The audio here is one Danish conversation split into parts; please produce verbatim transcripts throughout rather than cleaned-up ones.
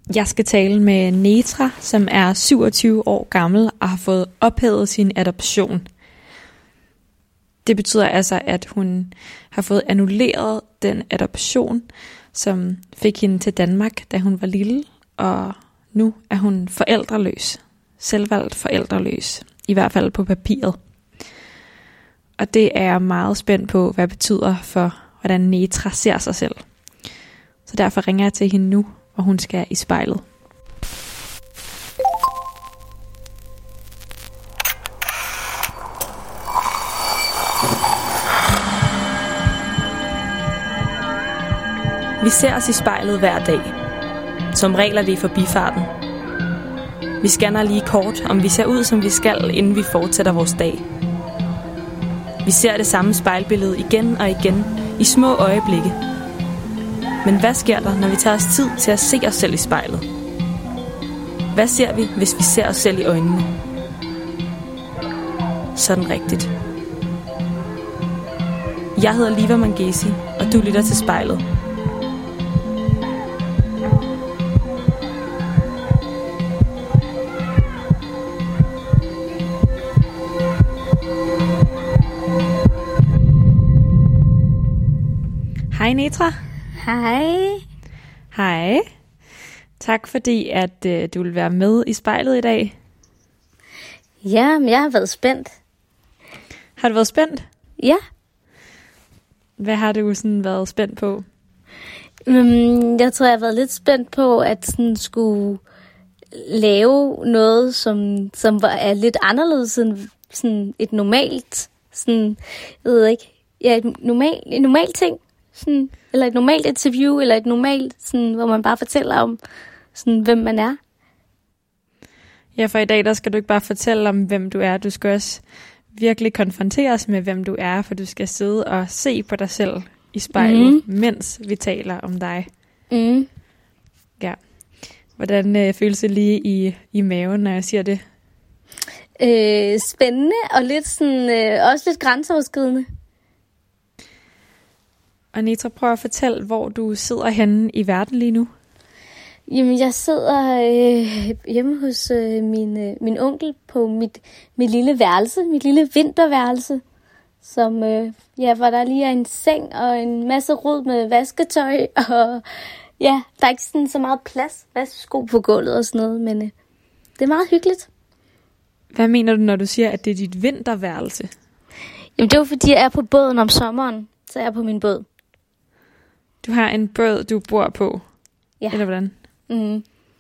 Jeg skal tale med Netra, som er syvogtyve år gammel og har fået ophævet sin adoption. Det betyder altså, at hun har fået annulleret den adoption, som fik hende til Danmark, da hun var lille, og nu er hun forældreløs. Selvvalgt forældreløs, i hvert fald på papiret. Og det er jeg meget spændt på, hvad det betyder for, hvordan Netra ser sig selv. Så derfor ringer jeg til hende nu, og hun skal i spejlet. Vi ser os i spejlet hver dag. Som regel er det i forbifarten. Vi scanner lige kort, om vi ser ud, som vi skal, inden vi fortsætter vores dag. Vi ser det samme spejlbillede igen og igen, i små øjeblikke. Men hvad sker der, når vi tager os tid til at se os selv i spejlet? Hvad ser vi, hvis vi ser os selv i øjnene? Sådan rigtigt. Jeg hedder Liva Mangesi, og du lytter til Spejlet. Hej Netra. Hej. Hej. Tak fordi, at øh, du vil være med i spejlet i dag. Ja, men jeg har været spændt. Har du været spændt? Ja. Hvad har du sådan været spændt på? Um, jeg tror, jeg har været lidt spændt på, at sådan skulle lave noget, som, som var, er lidt anderledes end sådan et normalt, sådan, jeg ved ikke, ja, et normal, en normal ting. Sådan, eller et normalt interview, eller et normalt, sådan, hvor man bare fortæller om, sådan, hvem man er. Ja, for i dag der skal du ikke bare fortælle om, hvem du er. Du skal også virkelig konfronteres med, hvem du er, for du skal sidde og se på dig selv i spejlet, mm. mens vi taler om dig. Mm. Ja. Hvordan øh, føles det lige i, i maven, når jeg siger det? Øh, spændende, og lidt sådan, øh, også lidt grænseoverskridende. Og Netra, prøv at fortælle, hvor du sidder henne i verden lige nu. Jamen, jeg sidder øh, hjemme hos øh, min, øh, min onkel på mit, mit lille værelse, mit lille vinterværelse, som, øh, ja, hvor der lige er en seng og en masse rod med vasketøj, og ja, der er ikke sådan så meget plads, vaskesko på gulvet og sådan noget, men øh, det er meget hyggeligt. Hvad mener du, når du siger, at det er dit vinterværelse? Jamen, det er jo fordi, jeg er på båden om sommeren, så jeg er på min båd. Du har en båd, du bor på? Ja. Eller hvordan? Mm.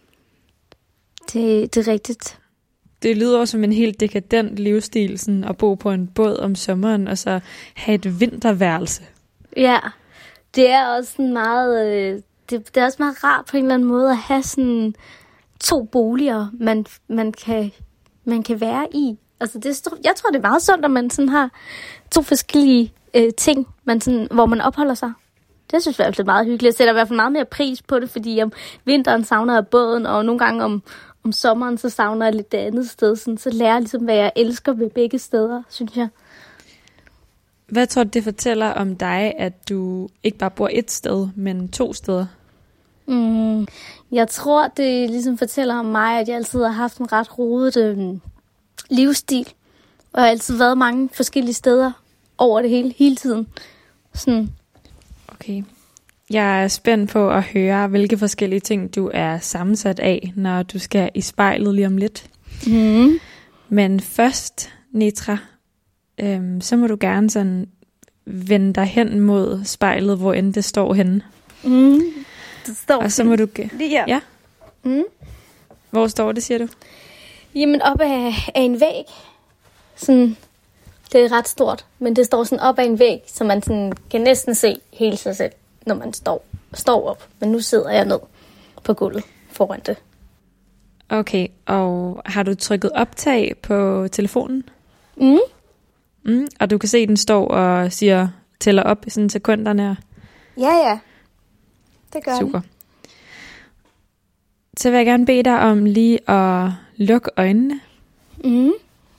Det, det er rigtigt. Det lyder også som en helt dekadent livsstil, sådan at bo på en båd om sommeren, og så have et vinterværelse. Ja, det er også sådan meget, øh, det, det er også meget rart på en eller anden måde at have sådan to boliger, man, man, kan, man kan være i. Altså det, jeg tror, det er meget sundt, at man sådan har to forskellige øh, ting, man sådan, hvor man opholder sig. Det synes jeg i hvert fald er meget hyggeligt. Jeg sætter i hvert fald meget mere pris på det, fordi om vinteren savner jeg båden, og nogle gange om, om sommeren, så savner jeg lidt det andet sted. Sådan, så lærer jeg ligesom, hvad jeg elsker ved begge steder, synes jeg. Hvad tror du, det fortæller om dig, at du ikke bare bor et sted, men to steder? Mm, jeg tror, det ligesom fortæller om mig, at jeg altid har haft en ret rodet øh, livsstil. Og jeg har altid været mange forskellige steder over det hele, hele tiden. Sådan. Okay. Jeg er spændt på at høre, hvilke forskellige ting du er sammensat af, når du skal i spejlet lige om lidt. Mm. Men først, Netra, øhm, så må du gerne sådan vende dig hen mod spejlet, hvor end det står henne. Mm. Det står og så må du lige her. Ja. Mm. Hvor står det, siger du? Jamen op af, af en væg. Sådan, det er ret stort, men det står sådan op ad en væg, så man sådan kan næsten se hele sig selv, når man står, står op. Men nu sidder jeg ned på gulvet foran det. Okay, og har du trykket optag på telefonen? Mm. Mm, og du kan se, at den står og siger, tæller op i sådan sekunderne. Ja, ja. Det gør Super. Den. Så vil jeg gerne bede dig om lige at lukke øjnene. Mm.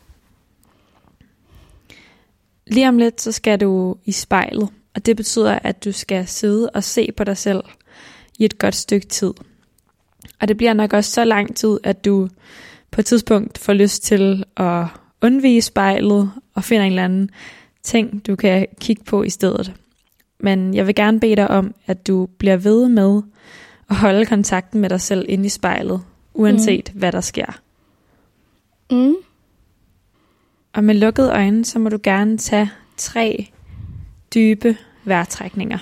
Lige om lidt, så skal du i spejlet, og det betyder, at du skal sidde og se på dig selv i et godt stykke tid. Og det bliver nok også så lang tid, at du på et tidspunkt får lyst til at undvige spejlet og finder en eller anden ting, du kan kigge på i stedet. Men jeg vil gerne bede dig om, at du bliver ved med at holde kontakten med dig selv inde i spejlet, uanset mm. hvad der sker. Mm. Og med lukkede øjne, så må du gerne tage tre dybe vejrtrækninger.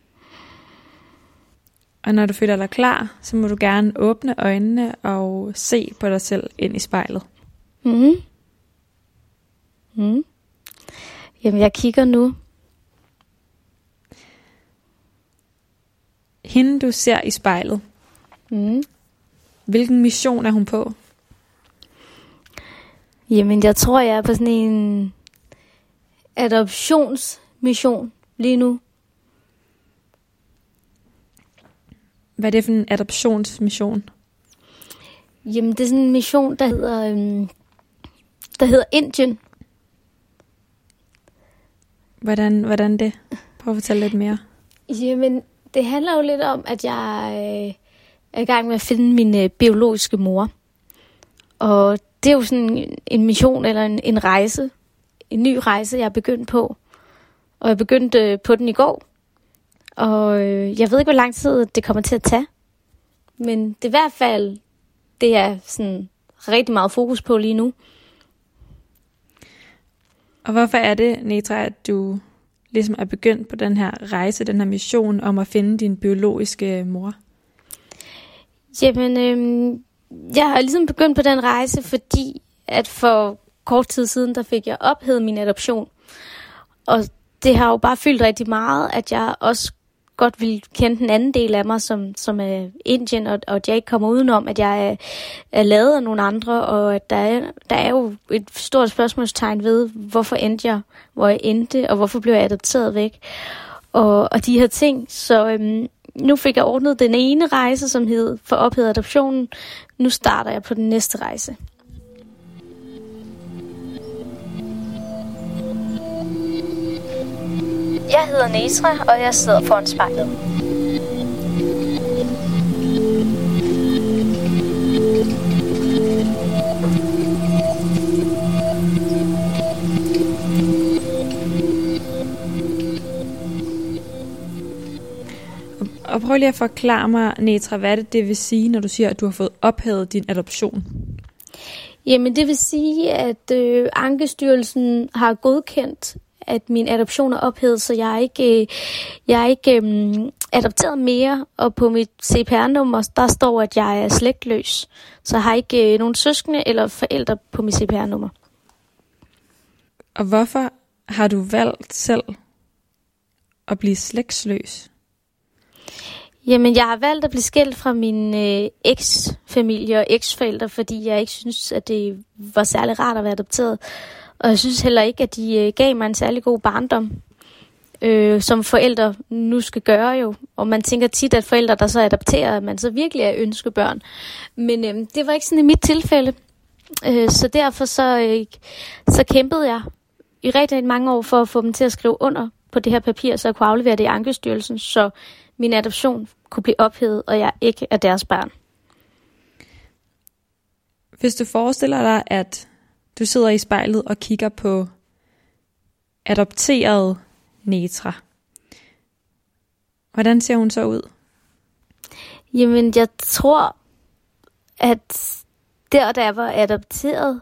Og når du føler dig klar, så må du gerne åbne øjnene og se på dig selv ind i spejlet. Mm. Mm. Jamen, jeg kigger nu. Hende, du ser i spejlet. Mm. Hvilken mission er hun på? Jamen, jeg tror, jeg er på sådan en adoptionsmission lige nu. Hvad er det for en adoptionsmission? Jamen, det er sådan en mission, der hedder, øhm, der hedder Indien. Hvordan, hvordan det? Prøv at fortælle lidt mere. Jamen, det handler jo lidt om, at jeg øh, er i gang med at finde min øh, biologiske mor. Og det er jo sådan en, en mission eller en, en rejse. En ny rejse, jeg er begyndt på. Og jeg begyndte øh, på den i går. Og øh, jeg ved ikke, hvor lang tid det kommer til at tage. Men det er i hvert fald, det er sådan rigtig meget fokus på lige nu. Og hvorfor er det, Netra, at du ligesom er begyndt på den her rejse, den her mission om at finde din biologiske mor? Jamen, øh, jeg har ligesom begyndt på den rejse, fordi at for kort tid siden, der fik jeg ophedet min adoption. Og det har jo bare fyldt rigtig meget, at jeg også godt vil kende den anden del af mig, som, som er Indien, og, og jeg ikke kommer udenom, at jeg er, er lavet af nogle andre, og at der er, der er jo et stort spørgsmålstegn ved, hvorfor endte jeg, hvor jeg endte, og hvorfor blev jeg adopteret væk, og, og de her ting. Så øhm, nu fik jeg ordnet den ene rejse, som hed for ophedet adoptionen. Nu starter jeg på den næste rejse. Jeg hedder Netra, og jeg sidder foran spejlet. Og prøv lige at forklare mig, Netra, hvad det, det vil sige, når du siger, at du har fået ophævet din adoption? Jamen, det vil sige, at øh, Ankestyrelsen har godkendt, at min adoption er ophævet, så jeg er ikke, øh, jeg er ikke øh, adopteret mere, og på mit C P R-nummer, der står, at jeg er slægtløs. Så jeg har ikke øh, nogen søskende eller forældre på mit C P R-nummer. Og hvorfor har du valgt selv at blive slægtsløs? Jamen, jeg har valgt at blive skilt fra min øh, eks-familie og eks-forældre, fordi jeg ikke synes, at det var særlig rart at være adopteret. Og jeg synes heller ikke, at de øh, gav mig en særlig god barndom, øh, som forældre nu skal gøre jo. Og man tænker tit, at forældre, der så adopterer, at man så virkelig er ønskebørn. Men øh, det var ikke sådan i mit tilfælde. Øh, så derfor så, øh, så kæmpede jeg i rigtig mange år for at få dem til at skrive under på det her papir, så jeg kunne aflevere det i Ankestyrelsen, så min adoption kunne blive ophævet, og jeg ikke er deres barn. Hvis du forestiller dig, at du sidder i spejlet og kigger på adopteret Netra, hvordan ser hun så ud? Jamen, jeg tror, at der, da jeg var adopteret,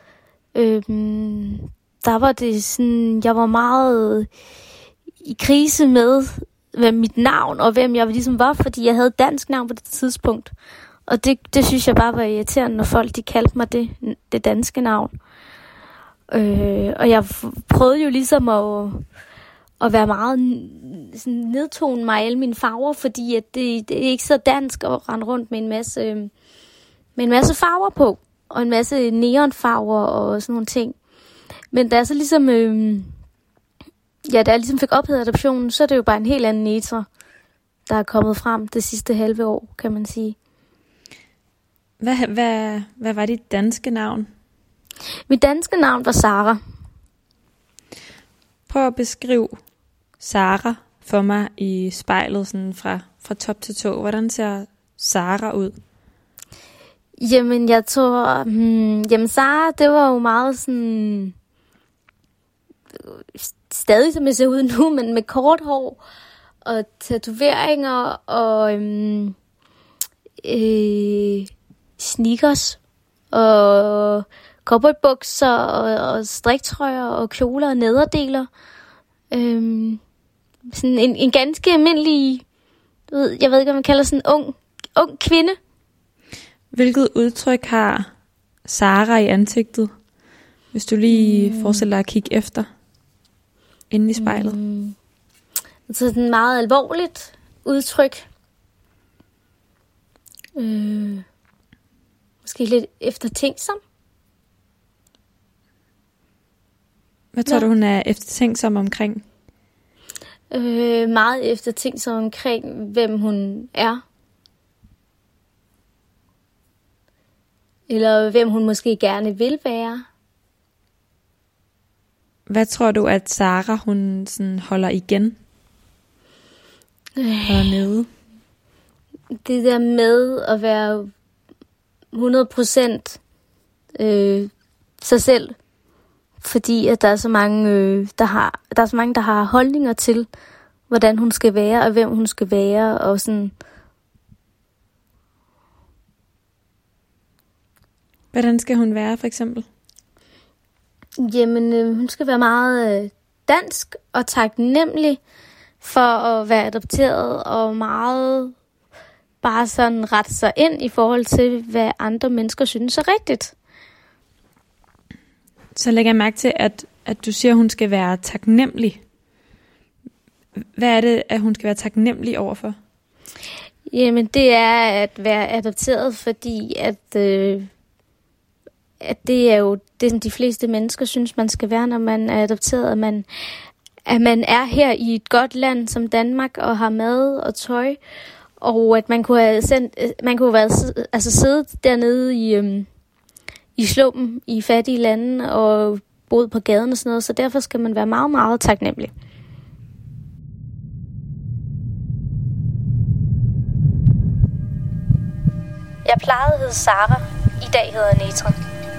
øhm, der var det sådan, jeg var meget i krise med, med mit navn, og hvem jeg ligesom var, fordi jeg havde dansk navn på det tidspunkt. Og det, det synes jeg bare var irriterende, når folk de kaldte mig det, det danske navn. Øh, og jeg prøvede jo ligesom at, at være meget sådan, nedtone mig i alle mine farver, fordi at det, det er ikke så dansk at rende rundt med en masse, med en masse farver på, og en masse neonfarver og sådan nogle ting. Men da jeg så ligesom, øh, ja, da jeg ligesom fik ophævet adoptionen, så er det jo bare en helt anden Netra, der er kommet frem det sidste halve år, kan man sige. Hvad, hvad, hvad var dit danske navn? Mit danske navn var Sara. Prøv at beskrive Sara for mig i spejlet sådan fra, fra top til tå. Hvordan ser Sara ud? Jamen, jeg tror... Hmm, jamen, Sara, det var jo meget sådan... Stadig som jeg ser ud nu, men med kort hår og tatoveringer og øhm, øh, sneakers og cowboybukser og, og striktrøjer og kjoler og nederdeler. Øhm, sådan en, en ganske almindelig, jeg ved ikke, hvad man kalder sådan en ung, ung kvinde. Hvilket udtryk har Sara i ansigtet, hvis du lige mm. forestiller dig at kigge efter inde i spejlet? Mm. Så sådan meget alvorligt udtryk. Øh, måske lidt eftertænksom. Hvad tror ja. du, hun er eftertænksom omkring? Øh, meget eftertænksom omkring, hvem hun er. Eller hvem hun måske gerne vil være. Hvad tror du, at Sara, hun sådan holder igen? Øh, og nede? Det der med at være hundrede procent øh, sig selv. Fordi at der er så mange, øh, der har, der er så mange, der har holdninger til, hvordan hun skal være, og hvem hun skal være, og sådan. Hvordan skal hun være, for eksempel? Jamen, øh, hun skal være meget øh, dansk og taknemmelig for at være adopteret, og meget bare sådan rette sig ind i forhold til, hvad andre mennesker synes er rigtigt. Så lægger jeg mærke til, at, at du siger, at hun skal være taknemmelig. Hvad er det, at hun skal være taknemmelig overfor? Jamen, det er at være adopteret, fordi at, øh, at det er jo det, som de fleste mennesker synes, man skal være, når man er adopteret. At man, at man er her i et godt land som Danmark, og har mad og tøj, og at man kunne have sendt, man kunne have været, altså siddet dernede i... Øh, i slummen, i fattige lande, og boet på gaden og sådan noget, så derfor skal man være meget, meget taknemmelig. Jeg plejede at hedde Sara, i dag hedder jeg Netra.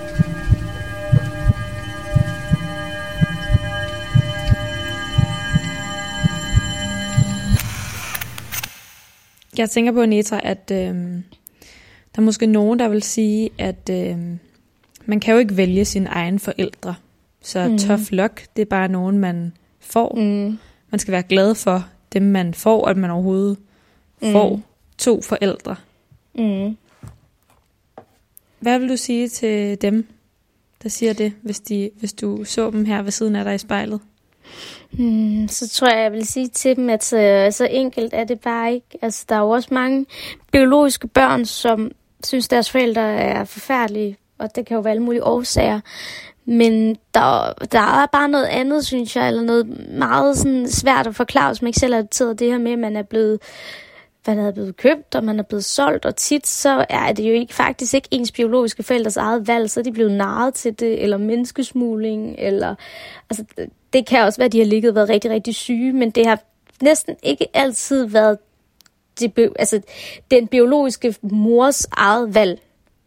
Jeg tænker på, Netra, at øh, der er måske nogen, der vil sige, at øh, man kan jo ikke vælge sine egne forældre. Så mm. tough luck, det er bare nogen, man får. Mm. Man skal være glad for dem, man får, at man overhovedet mm. får to forældre. Mm. Hvad vil du sige til dem, der siger det, hvis, de, hvis du så dem her ved siden af dig i spejlet? Hmm, så tror jeg, jeg vil sige til dem, at så, så enkelt er det bare ikke. Altså, der er jo også mange biologiske børn, som synes, deres forældre er forfærdelige, og det kan jo være alle mulige årsager. Men der, der er bare noget andet, synes jeg, eller noget meget sådan svært at forklare, hvis man ikke selv har adopteret det her med, at man er blevet, man er blevet købt, og man er blevet solgt, og tit så er det jo ikke, faktisk ikke ens biologiske forældres eget valg, så er de blevet narret til det, eller menneskesmugling, eller altså, det kan også være, at de har ligget og været rigtig, rigtig syge, men det har næsten ikke altid været det, altså, den biologiske mors eget valg.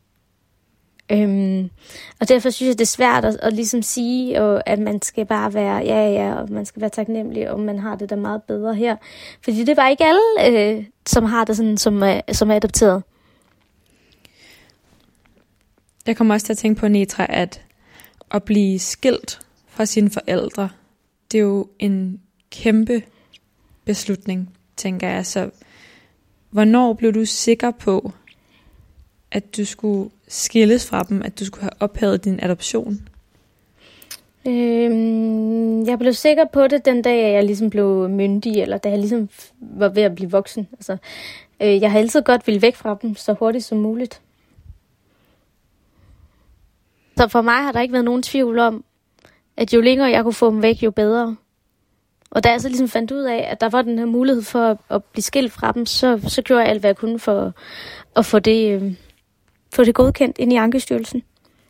Øhm, og derfor synes jeg, det er svært at, at ligesom sige, og, at man skal bare være, ja, ja, og man skal være taknemmelig, og man har det der meget bedre her. Fordi det er bare ikke alle, øh, som har det sådan, som er, som er adopteret. Jeg kommer også til at tænke på, Netra, at at blive skilt fra sine forældre, det er jo en kæmpe beslutning, tænker jeg. Så hvornår blev du sikker på, at du skulle skilles fra dem, at du skulle have ophævet din adoption? Øhm, jeg blev sikker på det den dag, jeg ligesom blev myndig, eller da jeg ligesom var ved at blive voksen. Altså, øh, jeg har altid godt ville væk fra dem, så hurtigt som muligt. Så for mig har der ikke været nogen tvivl om, at jo længere jeg kunne få dem væk, jo bedre. Og da jeg så ligesom fandt ud af, at der var den her mulighed for at, at blive skilt fra dem, så, så gjorde jeg alt, hvad jeg kunne for at få det, øh, få det godkendt ind i Ankestyrelsen.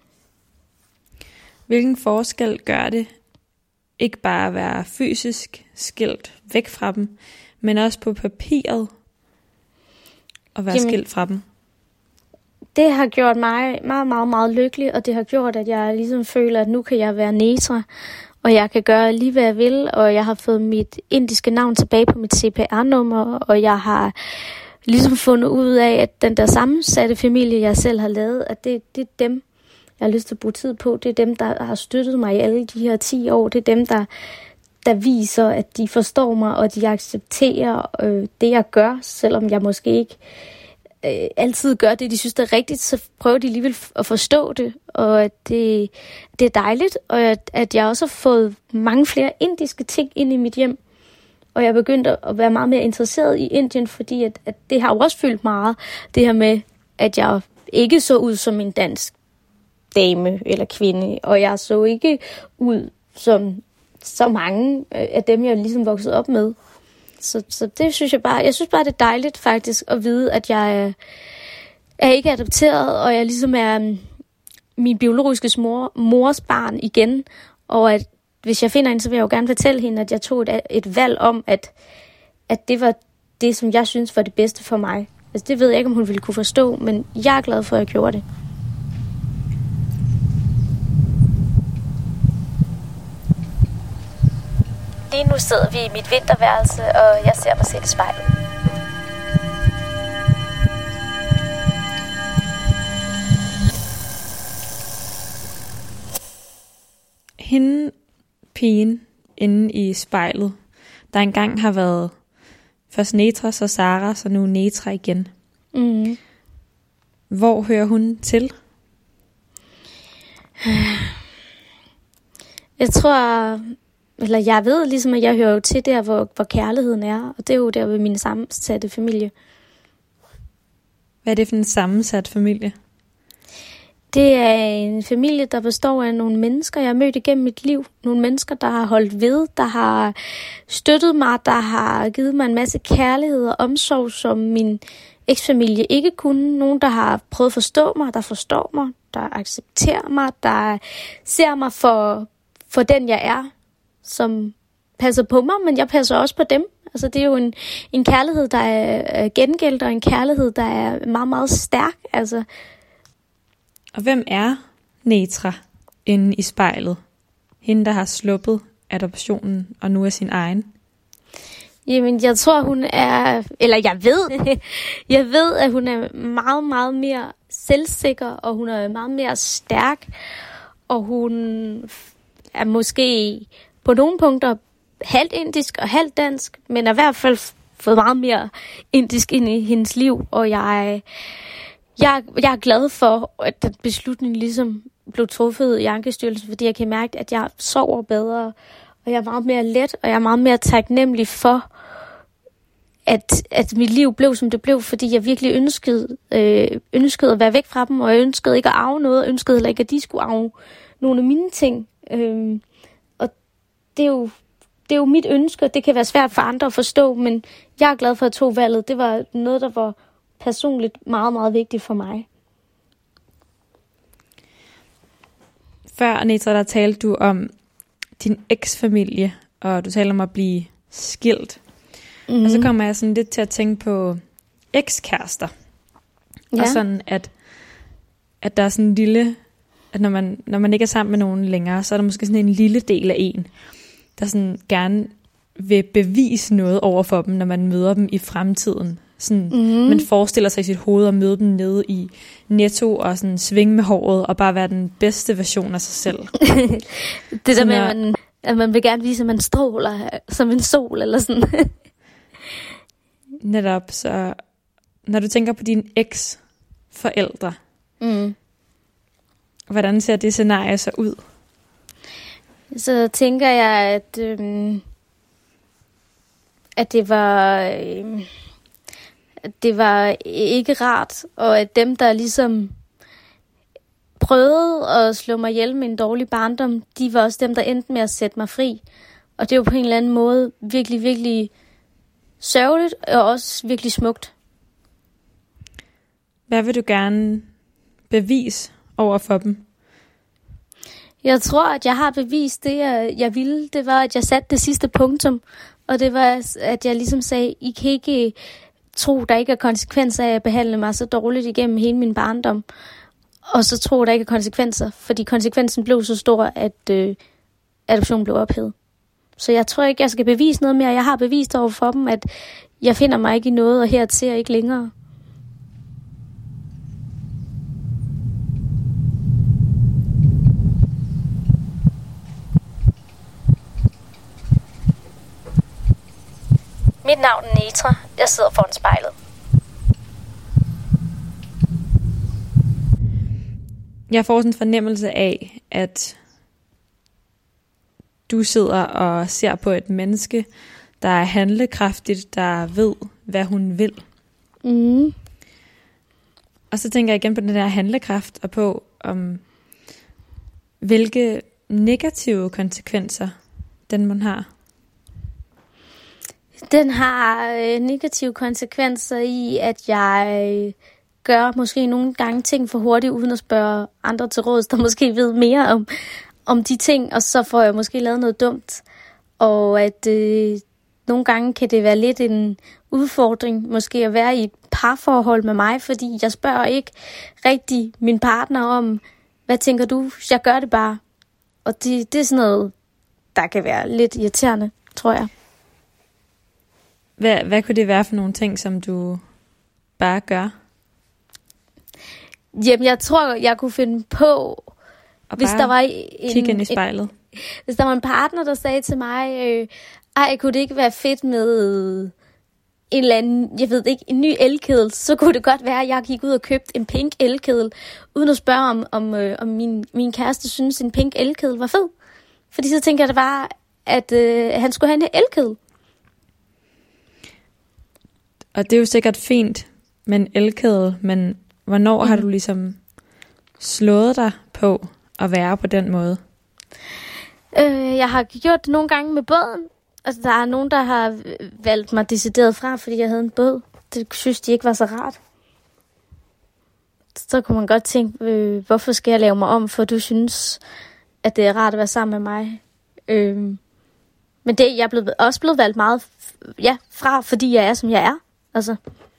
Hvilken forskel gør det ikke bare at være fysisk skilt væk fra dem, men også på papiret at være Jamen, skilt fra dem? Det det har gjort mig meget, meget, meget lykkelig, og det har gjort, at jeg ligesom føler, at nu kan jeg være Netra, og jeg kan gøre lige, hvad jeg vil, og jeg har fået mit indiske navn tilbage på mit C P R-nummer, og jeg har ligesom fundet ud af, at den der sammensatte familie, jeg selv har lavet, at det, det er dem, jeg har lyst til at bruge tid på. Det er dem, der har støttet mig i alle de her ti år. Det er dem, der, der viser, at de forstår mig, og de accepterer øh, det, jeg gør, selvom jeg måske ikke øh, altid gør det, de synes, det er rigtigt, så prøver de alligevel at forstå det, og at det, det er dejligt, og at, at jeg også har fået mange flere indiske ting ind i mit hjem, og jeg er begyndt at være meget mere interesseret i Indien, fordi at, at det har jo også fyldt meget, det her med, at jeg ikke så ud som en dansk dame eller kvinde, og jeg så ikke ud som så mange af dem, jeg ligesom voksede op med. Så, så det synes jeg bare, jeg synes bare, det er dejligt faktisk at vide, at jeg er, er ikke adopteret, og jeg ligesom er min biologiske mor, mors barn igen, og at hvis jeg finder hende, så vil jeg jo gerne fortælle hende, at jeg tog et, et valg om, at, at det var det, som jeg synes var det bedste for mig. Altså det ved jeg ikke, om hun ville kunne forstå, men jeg er glad for, at jeg gjorde det. Lige nu sidder vi i mit vinterværelse, og jeg ser mig selv i spejlet. Hende, pigen, inde i spejlet, der engang har været først Netra, så Sara, så nu Netra igen. Mm. Hvor hører hun til? Jeg tror... Eller jeg ved ligesom, at jeg hører jo til der, hvor, hvor kærligheden er. Og det er jo der ved min sammensatte familie. Hvad er det for en sammensat familie? Det er en familie, der består af nogle mennesker, jeg har mødt igennem mit liv. Nogle mennesker, der har holdt ved, der har støttet mig, der har givet mig en masse kærlighed og omsorg, som min eksfamilie ikke kunne. Nogen, der har prøvet at forstå mig, der forstår mig, der accepterer mig, der ser mig for, for den, jeg er, som passer på mig, men jeg passer også på dem. Altså det er jo en, en kærlighed, der er gengældt, og en kærlighed, der er meget, meget stærk. Altså. Og hvem er Netra inde i spejlet? Hende, der har sluppet adoptionen og nu er sin egen? Jamen, jeg tror, hun er... Eller jeg ved, jeg ved, at hun er meget, meget mere selvsikker, og hun er meget mere stærk, og hun er måske på nogle punkter halvt indisk og halvt dansk, men er i hvert fald fået meget mere indisk ind i hendes liv, og jeg, jeg, jeg er glad for, at den beslutning ligesom blev truffet i Ankestyrelsen, fordi jeg kan mærke, at jeg sover bedre, og jeg er meget mere let, og jeg er meget mere taknemmelig for, at, at mit liv blev, som det blev, fordi jeg virkelig ønskede, øh, ønskede at være væk fra dem, og jeg ønskede ikke at arve noget, og ønskede heller ikke, at de skulle arve nogle af mine ting. Øh, og det er, jo, det er jo mit ønske, og det kan være svært for andre at forstå, men jeg er glad for at tog valget. Det var noget, der var personligt meget, meget vigtigt for mig. Før, Netra, der talte du om din eksfamilie, og du talte om at blive skilt. Mm. Og så kommer jeg sådan lidt til at tænke på ekskærester. Ja. Og sådan, at, at der er sådan en lille... At når man, når man ikke er sammen med nogen længere, så er der måske sådan en lille del af en, der sådan gerne vil bevise noget over for dem, når man møder dem i fremtiden. Sådan, mm. Man forestiller sig i sit hoved at møde dem nede i Netto og sådan svinge med håret og bare være den bedste version af sig selv. Det der med, at man, at man vil gerne vise, at man stråler som en sol eller sådan. Netop, så når du tænker på dine eks-forældre, mm. hvordan ser det scenarie så ud? Så tænker jeg, at, øhm, at det var... Øhm, det var ikke rart, og at dem, der ligesom prøvede at slå mig ihjel med en dårlig barndom, de var også dem, der endte med at sætte mig fri. Og det er jo på en eller anden måde virkelig, virkelig sørgeligt, og også virkelig smukt. Hvad vil du gerne bevise over for dem? Jeg tror, at jeg har bevist det, jeg ville. Det var, at jeg satte det sidste punktum, og det var, at jeg ligesom sagde, I kan ikke tro, der ikke er konsekvenser af at behandle mig så dårligt igennem hele min barndom. Og så tro, der ikke er konsekvenser, fordi konsekvensen blev så stor, at øh, adoptionen blev ophævet. Så jeg tror ikke, jeg skal bevise noget mere. Jeg har bevist over for dem, at jeg finder mig ikke i noget, og hertil er ikke længere. Mit navn er Netra. Jeg sidder foran spejlet. Jeg får sådan en fornemmelse af, at du sidder og ser på et menneske, der er handlekraftigt, der ved, hvad hun vil. Mm. Og så tænker jeg igen på den der handlekraft, og på, om hvilke negative konsekvenser den man har. Den har øh, negative konsekvenser i, at jeg øh, gør måske nogle gange ting for hurtigt, uden at spørge andre til råds, der måske ved mere om, om de ting, og så får jeg måske lavet noget dumt. Og at øh, nogle gange kan det være lidt en udfordring, måske at være i et parforhold med mig, fordi jeg spørger ikke rigtig min partner om, hvad tænker du? Jeg gør det bare. Og det, det er sådan noget, der kan være lidt irriterende, tror jeg. Hvad, hvad kunne det være for nogle ting, som du bare gør? Jamen, jeg tror, jeg kunne finde på, og hvis der var en, kigge ind i spejlet. En, hvis der var en partner, der sagde til mig, øh, ej, kunne det ikke være fedt med en eller anden, jeg ved ikke, en ny elkedel, så kunne det godt være, at jeg gik ud og købte en pink elkedel, uden at spørge, om, om, øh, om min, min kæreste synes, en pink elkedel var fed. Fordi så tænker jeg det bare, at øh, han skulle have en elkedel. Og det er jo sikkert fint med en elkedel, men hvornår mm. har du ligesom slået dig på at være på den måde? Øh, jeg har gjort det nogle gange med båden. Altså, der er nogen, der har valgt mig decideret fra, fordi jeg havde en båd. Det synes de ikke var så rart. Så kunne man godt tænke, øh, hvorfor skal jeg lave mig om, for du synes, at det er rart at være sammen med mig. Øh, men det jeg er blevet, også blevet valgt meget ja, fra, fordi jeg er, som jeg er. Altså.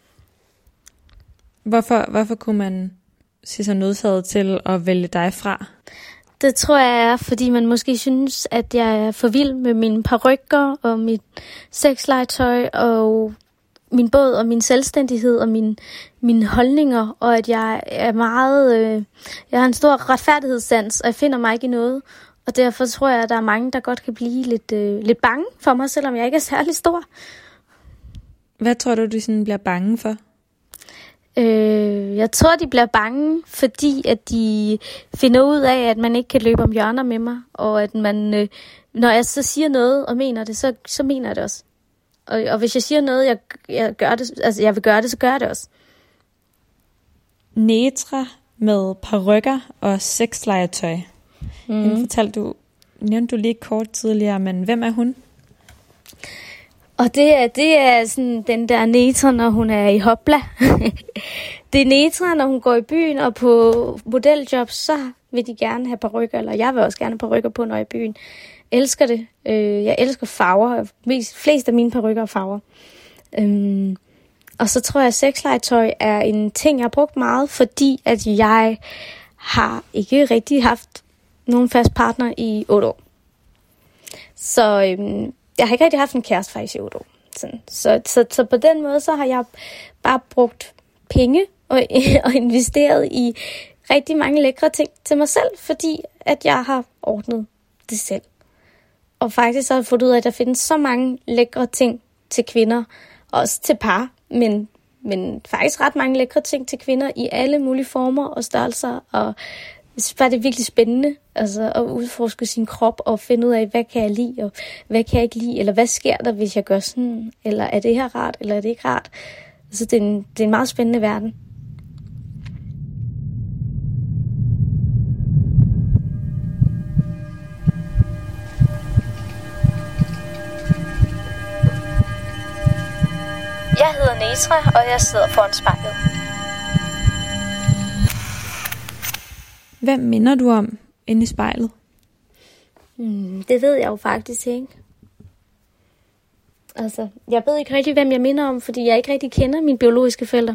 Hvorfor, hvorfor kunne man se sig nødsaget til at vælge dig fra? Det tror jeg er, fordi man måske synes, at jeg er for vild med mine parykker og mit sexlegetøj og min båd og min selvstændighed og mine, mine holdninger, og at jeg er meget, øh, jeg har en stor retfærdighedssans, og jeg finder mig ikke i noget. Og derfor tror jeg, at der er mange, der godt kan blive lidt, øh, lidt bange for mig, selvom jeg ikke er særlig stor. Hvad tror du, du sådan bliver bange for? Øh, jeg tror, de bliver bange, fordi at de finder ud af, at man ikke kan løbe om hjørner med mig, og at man, øh, når jeg så siger noget og mener det, så, så mener jeg det også. Og, og hvis jeg siger noget, jeg, jeg gør det, altså jeg vil gøre det, så gør jeg det også. Netra med parykker og sexlegetøj. Mm. Den fortalte du, nævnte du lige kort tidligere, men hvem er hun? Og det er, det er sådan den der Netra, når hun er i hopla. Det er Netra, når hun går i byen og på modeljobs, så vil de gerne have parykker, eller jeg vil også gerne have parykker på, når jeg er i byen. Jeg elsker det. Jeg elsker farver. Mest, flest af mine parykker er farver. Øhm, og så tror jeg, at sexlegetøj er en ting, jeg har brugt meget, fordi at jeg har ikke rigtig haft nogen fast partner i otte år. Så øhm, jeg har ikke rigtig haft en kæreste faktisk i otte år. Sådan. Så, så, så på den måde, så har jeg bare brugt penge og, og investeret i rigtig mange lækre ting til mig selv, fordi at jeg har ordnet det selv. Og faktisk har jeg fundet ud af, at der findes så mange lækre ting til kvinder, også til par, men, men faktisk ret mange lækre ting til kvinder i alle mulige former og størrelser, og jeg synes bare, det er virkelig spændende altså, at udforske sin krop og finde ud af, hvad kan jeg lide, og hvad kan jeg ikke lide, eller hvad sker der, hvis jeg gør sådan, eller er det her rart, eller er det ikke rart. Altså, det er en, det er en meget spændende verden. Jeg hedder Netra, og jeg sidder foran spejlet. Hvem minder du om inde i spejlet? Hmm, det ved jeg jo faktisk ikke. Altså, jeg ved ikke rigtig, hvem jeg minder om, fordi jeg ikke rigtig kender mine biologiske forældre.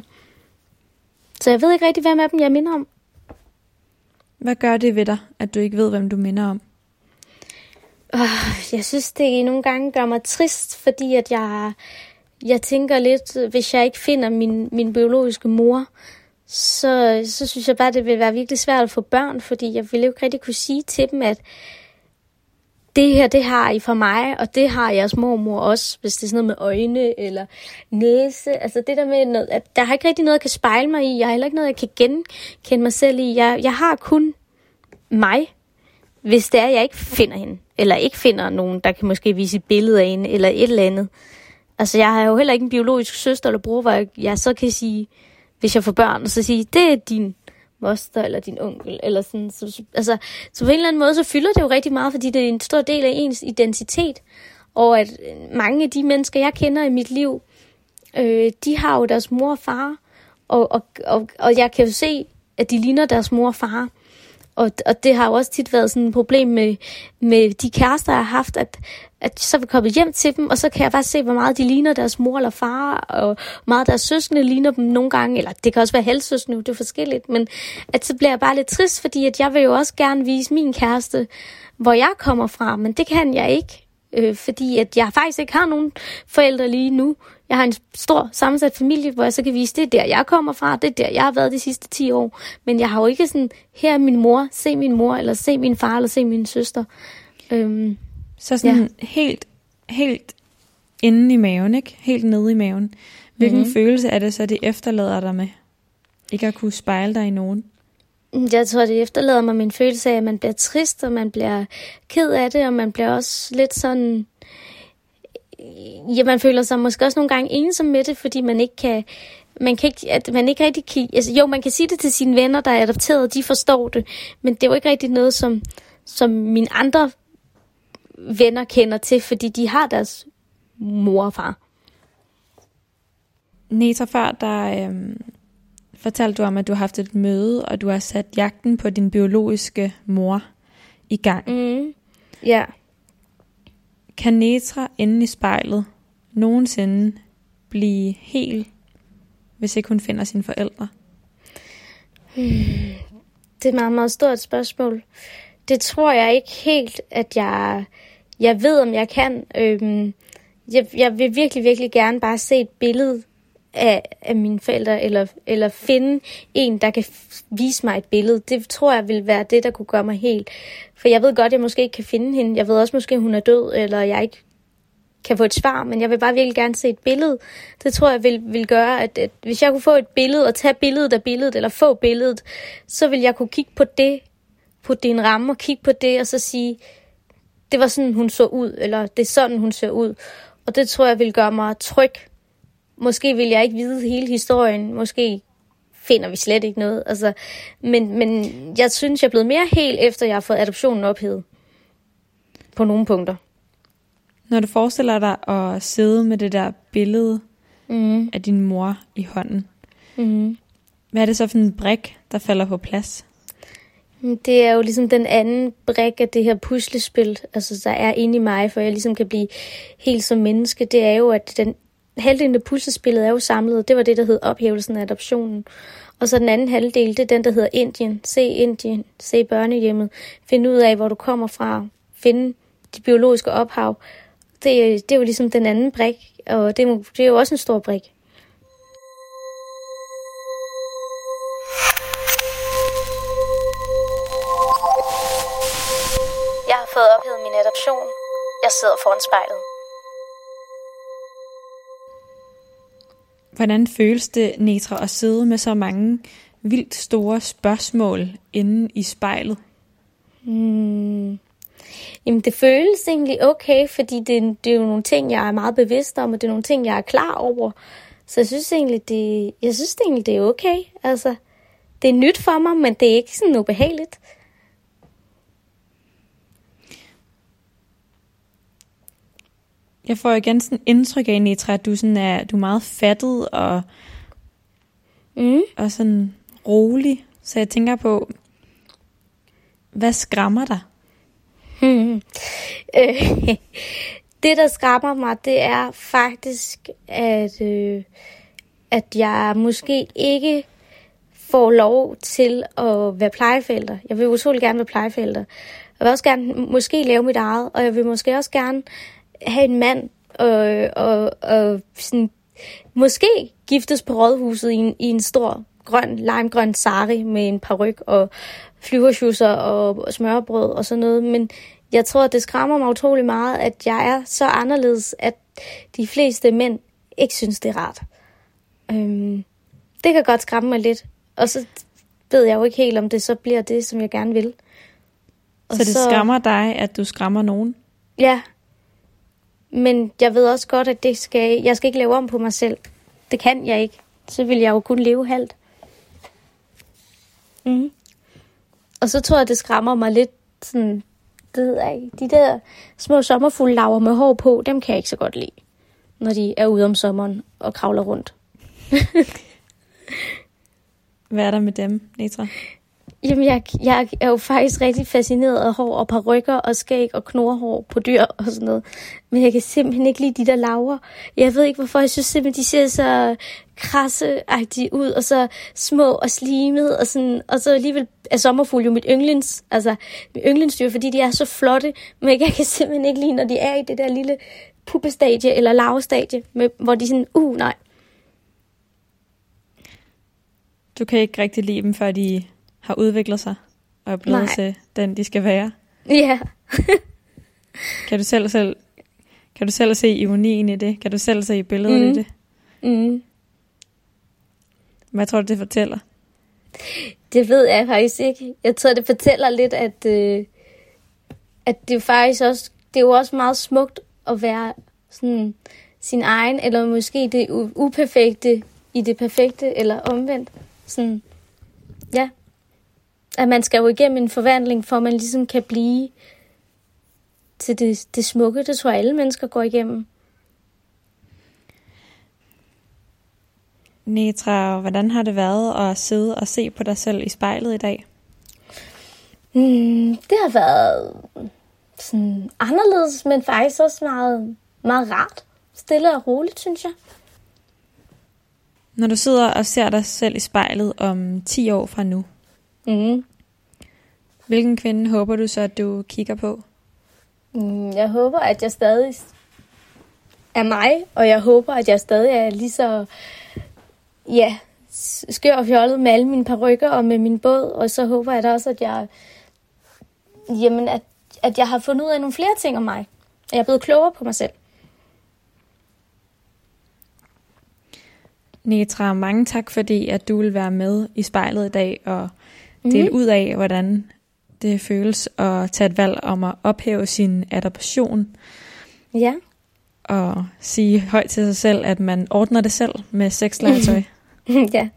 Så jeg ved ikke rigtig, hvem af dem jeg minder om. Hvad gør det ved dig, at du ikke ved, hvem du minder om? Uh, jeg synes, det nogle gange gør mig trist, fordi at jeg, jeg tænker lidt, hvis jeg ikke finder min, min biologiske mor, så, så synes jeg bare, det vil være virkelig svært at få børn, fordi jeg ville jo ikke rigtig kunne sige til dem, at det her, det har I fra mig, og det har jeres mormor også, hvis det er sådan noget med øjne eller næse. Altså det der med, noget, at der har ikke rigtig noget, jeg kan spejle mig i. Jeg har heller ikke noget, jeg kan genkende mig selv i. Jeg, jeg har kun mig, hvis det er, jeg ikke finder hende. Eller ikke finder nogen, der kan måske vise et billede af hende, eller et eller andet. Altså jeg har jo heller ikke en biologisk søster eller bror, hvor jeg, jeg så kan sige, hvis jeg får børn, og så sige, det er din moster eller din onkel, eller sådan. Så, altså, så på en eller anden måde, så fylder det jo rigtig meget, fordi det er en stor del af ens identitet, og at mange af de mennesker, jeg kender i mit liv, øh, de har jo deres mor og far, og, og, og, og jeg kan jo se, at de ligner deres mor og far, og, og det har jo også tit været sådan et problem med, med de kærester, jeg har haft, at, at så vil komme hjem til dem, og så kan jeg bare se, hvor meget de ligner deres mor eller far, og hvor meget deres søskende ligner dem nogle gange, eller det kan også være halvsøskende, det er forskelligt, men at så bliver jeg bare lidt trist, fordi at jeg vil jo også gerne vise min kæreste, hvor jeg kommer fra, men det kan jeg ikke, øh, fordi at jeg faktisk ikke har nogen forældre lige nu. Jeg har en stor sammensat familie, hvor jeg så kan vise, det er der, jeg kommer fra, det er der, jeg har været de sidste ti år, men jeg har jo ikke sådan, her er min mor, se min mor, eller se min far, eller se min søster. Øhm, så sådan ja. helt, helt inde i maven, ikke? Helt nede i maven. Hvilken mm-hmm. følelse er det så, det efterlader dig med? Ikke at kunne spejle dig i nogen? Jeg tror, det efterlader mig min følelse af, at man bliver trist, og man bliver ked af det, og man bliver også lidt sådan... Ja, man føler sig måske også nogle gange ensom med det, fordi man ikke kan... Man kan ikke, at man ikke rigtig kan... Altså, jo, man kan sige det til sine venner, der er adopteret, de forstår det, men det er jo ikke rigtig noget, som, som mine andre venner kender til, fordi de har deres mor og far. Netra, før der øhm, fortalte du om, at du har haft et møde, og du har sat jagten på din biologiske mor i gang. Mm. Ja. Kan Netra inde i spejlet nogensinde blive hel, hvis ikke hun finder sine forældre? Hmm. Det er et meget, meget stort spørgsmål. Det tror jeg ikke helt, at jeg, jeg ved, om jeg kan. Øhm, jeg, jeg vil virkelig, virkelig gerne bare se et billede af, af mine forældre, eller, eller finde en, der kan vise mig et billede. Det tror jeg vil være det, der kunne gøre mig helt. For jeg ved godt, at jeg måske ikke kan finde hende. Jeg ved også måske, at hun er død, eller jeg ikke kan få et svar, men jeg vil bare virkelig gerne se et billede. Det tror jeg vil, vil gøre, at, at hvis jeg kunne få et billede, og tage billedet af billedet, eller få billedet, så vil jeg kunne kigge på det, på din ramme, og kigge på det, og så sige, det var sådan, hun så ud, eller det er sådan, hun ser ud. Og det tror jeg vil gøre mig tryg. Måske vil jeg ikke vide hele historien, måske finder vi slet ikke noget. Altså, men, men jeg synes, jeg er blevet mere hel, efter jeg har fået adoptionen ophævet. På nogle punkter. Når du forestiller dig at sidde med det der billede mm. af din mor i hånden, mm. hvad er det så for en brik, der falder på plads? Det er jo ligesom den anden brik af det her puslespil, altså der er inde i mig, for jeg ligesom kan blive helt som menneske. Det er jo, at den halvdelen af puslespillet er jo samlet, det var det, der hed ophævelsen af adoptionen. Og så den anden halvdel, det er den, der hedder Indien. Se Indien, se børnehjemmet, finde ud af, hvor du kommer fra, finde de biologiske ophav. Det, det er jo ligesom den anden brik, og det er, det er jo også en stor brik. Jeg har fået ophævet min adoption. Jeg sidder foran spejlet. Hvordan føles det, Netra, at sidde med så mange vildt store spørgsmål inde i spejlet? Hmm. Jamen, det føles egentlig okay, fordi det, det er jo nogle ting, jeg er meget bevidst om, og det er nogle ting, jeg er klar over. Så jeg synes egentlig, det, jeg synes det egentlig, det er okay. Altså, det er nyt for mig, men det er ikke sådan ubehageligt. Jeg får igen sådan indtryk af, Netra, at du, sådan er, du er meget fattet og, mm. og sådan rolig. Så jeg tænker på, hvad skræmmer dig? Hmm. Øh, det, der skræmmer mig, det er faktisk, at, øh, at jeg måske ikke får lov til at være plejeforælder. Jeg vil utrolig gerne være plejeforælder. Jeg vil også gerne måske lave mit eget, og jeg vil måske også gerne have en mand, og, og, og sådan, måske giftes på rådhuset i en, i en stor, grøn, limegrøn sari med en paryk og flyverschusser og smørbrød og sådan noget. Men jeg tror, at det skræmmer mig utrolig meget, at jeg er så anderledes, at de fleste mænd ikke synes, det er rart. Øhm, det kan godt skræmme mig lidt. Og så ved jeg jo ikke helt, om det så bliver det, som jeg gerne vil. Og så det så... skræmmer dig, at du skræmmer nogen? Ja. Men jeg ved også godt, at det skal, jeg skal ikke lave om på mig selv. Det kan jeg ikke. Så vil jeg jo kun leve halvt. Mm. Og så tror jeg, det skræmmer mig lidt sådan, det ved jeg ikke. De der små sommerfuglelaver med hår på, dem kan jeg ikke så godt lide, når de er ude om sommeren og kravler rundt. Hvad er der med dem, Netra? Jamen, jeg, jeg er jo faktisk rigtig fascineret af hår og parykker og skæg og knorhår på dyr og sådan noget. Men jeg kan simpelthen ikke lide de der laver. Jeg ved ikke, hvorfor. Jeg synes simpelthen, de ser så krasseagtige ud, og så små og slimet, og, sådan, og så alligevel er sommerfugl jo mit yndlings, altså mit yndlingsdyr, fordi de er så flotte. Men jeg kan simpelthen ikke lide, når de er i det der lille puppestadie eller larvestadie, med, hvor de sådan, uh, nej. Du kan ikke rigtig lide dem, før de har udviklet sig og er blevet Nej. til den, de skal være. Ja. Kan du selv, selv, kan du selv se ironien i det? Kan du selv se billedet mm. i det? Mm. Hvad tror du, det fortæller? Det ved jeg faktisk ikke. Jeg tror, det fortæller lidt, at, øh, at det faktisk også, det er jo også meget smukt at være sådan sin egen, eller måske det uperfekte i det perfekte, eller omvendt. Sådan, ja. At man skal jo igennem en forvandling, for at man ligesom kan blive til det, det smukke. Det tror jeg, alle mennesker går igennem. Netra, hvordan har det været at sidde og se på dig selv i spejlet i dag? Mm, det har været sådan anderledes, men faktisk også meget, meget rart. Stille og roligt, synes jeg. Når du sidder og ser dig selv i spejlet om ti år fra nu, mm. hvilken kvinde håber du så, at du kigger på? Mm, jeg håber, at jeg stadig er mig, og jeg håber, at jeg stadig er lige så ja, skør og fjollet med alle mine parykker og med min båd, og så håber jeg da også, at jeg, jamen, at, at jeg har fundet ud af nogle flere ting om mig. At jeg er blevet klogere på mig selv. Netra, mange tak, fordi at du vil være med i spejlet i dag og dele mm-hmm. ud af, hvordan det føles at tage et valg om at ophæve sin adoption. Ja. Og sige højt til sig selv, at man ordner det selv med sexlegetøj. Ja.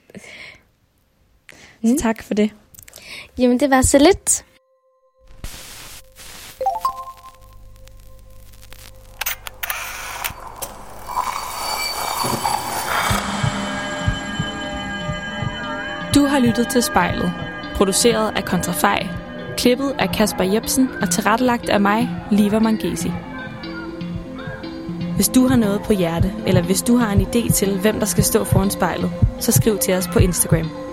Mm. Så tak for det. Jamen, det var så lidt. Du har lyttet til Spejlet, produceret af Kontrafej, klippet af Kasper Jebsen og tilrettelagt af mig, Liva Mangesi. Hvis du har noget på hjerte, eller hvis du har en idé til, hvem der skal stå foran spejlet, så skriv til os på Instagram.